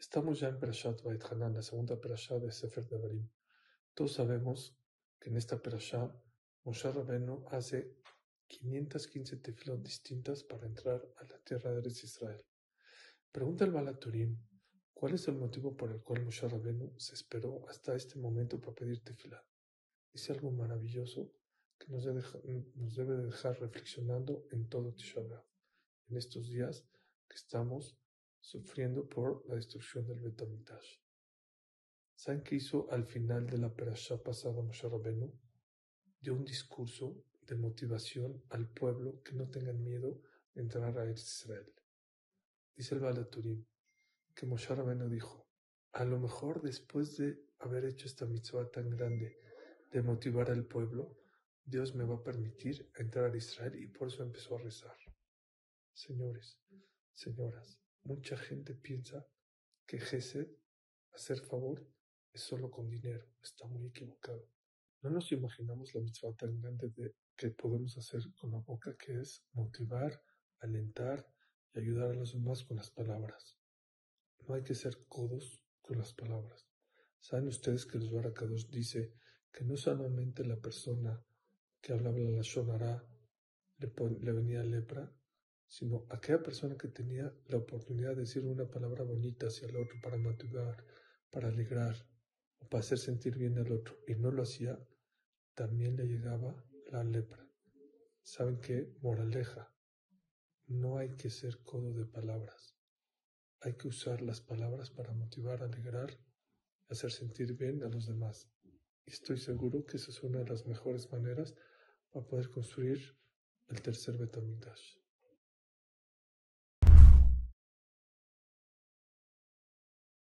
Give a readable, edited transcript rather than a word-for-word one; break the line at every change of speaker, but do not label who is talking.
Estamos ya en Perashat Vayet Hanan, la segunda Perashá de Sefer Devarim. Todos sabemos que en esta Perashá Moshe Rabbeinu hace 515 tefilot distintas para entrar a la tierra de Eretz Israel. Pregunta el Baal HaTurim, ¿cuál es el motivo por el cual Moshe Rabbeinu se esperó hasta este momento para pedir tefilá? Dice algo maravilloso que nos debe dejar reflexionando en todo Tisha B'Av, en estos días que estamos sufriendo por la destrucción del Bet HaMikdash. ¿Saben qué hizo al final de la perashá pasada Moshe Rabbeinu? Dio un discurso de motivación al pueblo que no tengan miedo de entrar a Eretz Israel. Dice el Baal HaTurim que Moshe Rabbeinu dijo, a lo mejor después de haber hecho esta mitzvah tan grande de motivar al pueblo, Dios me va a permitir entrar a Israel, y por eso empezó a rezar. Señores, señoras, mucha gente piensa que Gesed, hacer favor, es solo con dinero. Está muy equivocado. No nos imaginamos la mitzvah tan grande que podemos hacer con la boca, que es motivar, alentar y ayudar a los demás con las palabras. No hay que ser codos con las palabras. ¿Saben ustedes que el Zohar HaKadosh dice que no solamente la persona que hablaba la Lashon Hará le venía lepra, sino aquella persona que tenía la oportunidad de decir una palabra bonita hacia el otro para motivar, para alegrar o para hacer sentir bien al otro, y no lo hacía, también le llegaba la lepra. ¿Saben qué? Moraleja, no hay que ser codo de palabras. Hay que usar las palabras para motivar, alegrar, hacer sentir bien a los demás. Y estoy seguro que esa es una de las mejores maneras para poder construir el tercer Bet HaMikdash.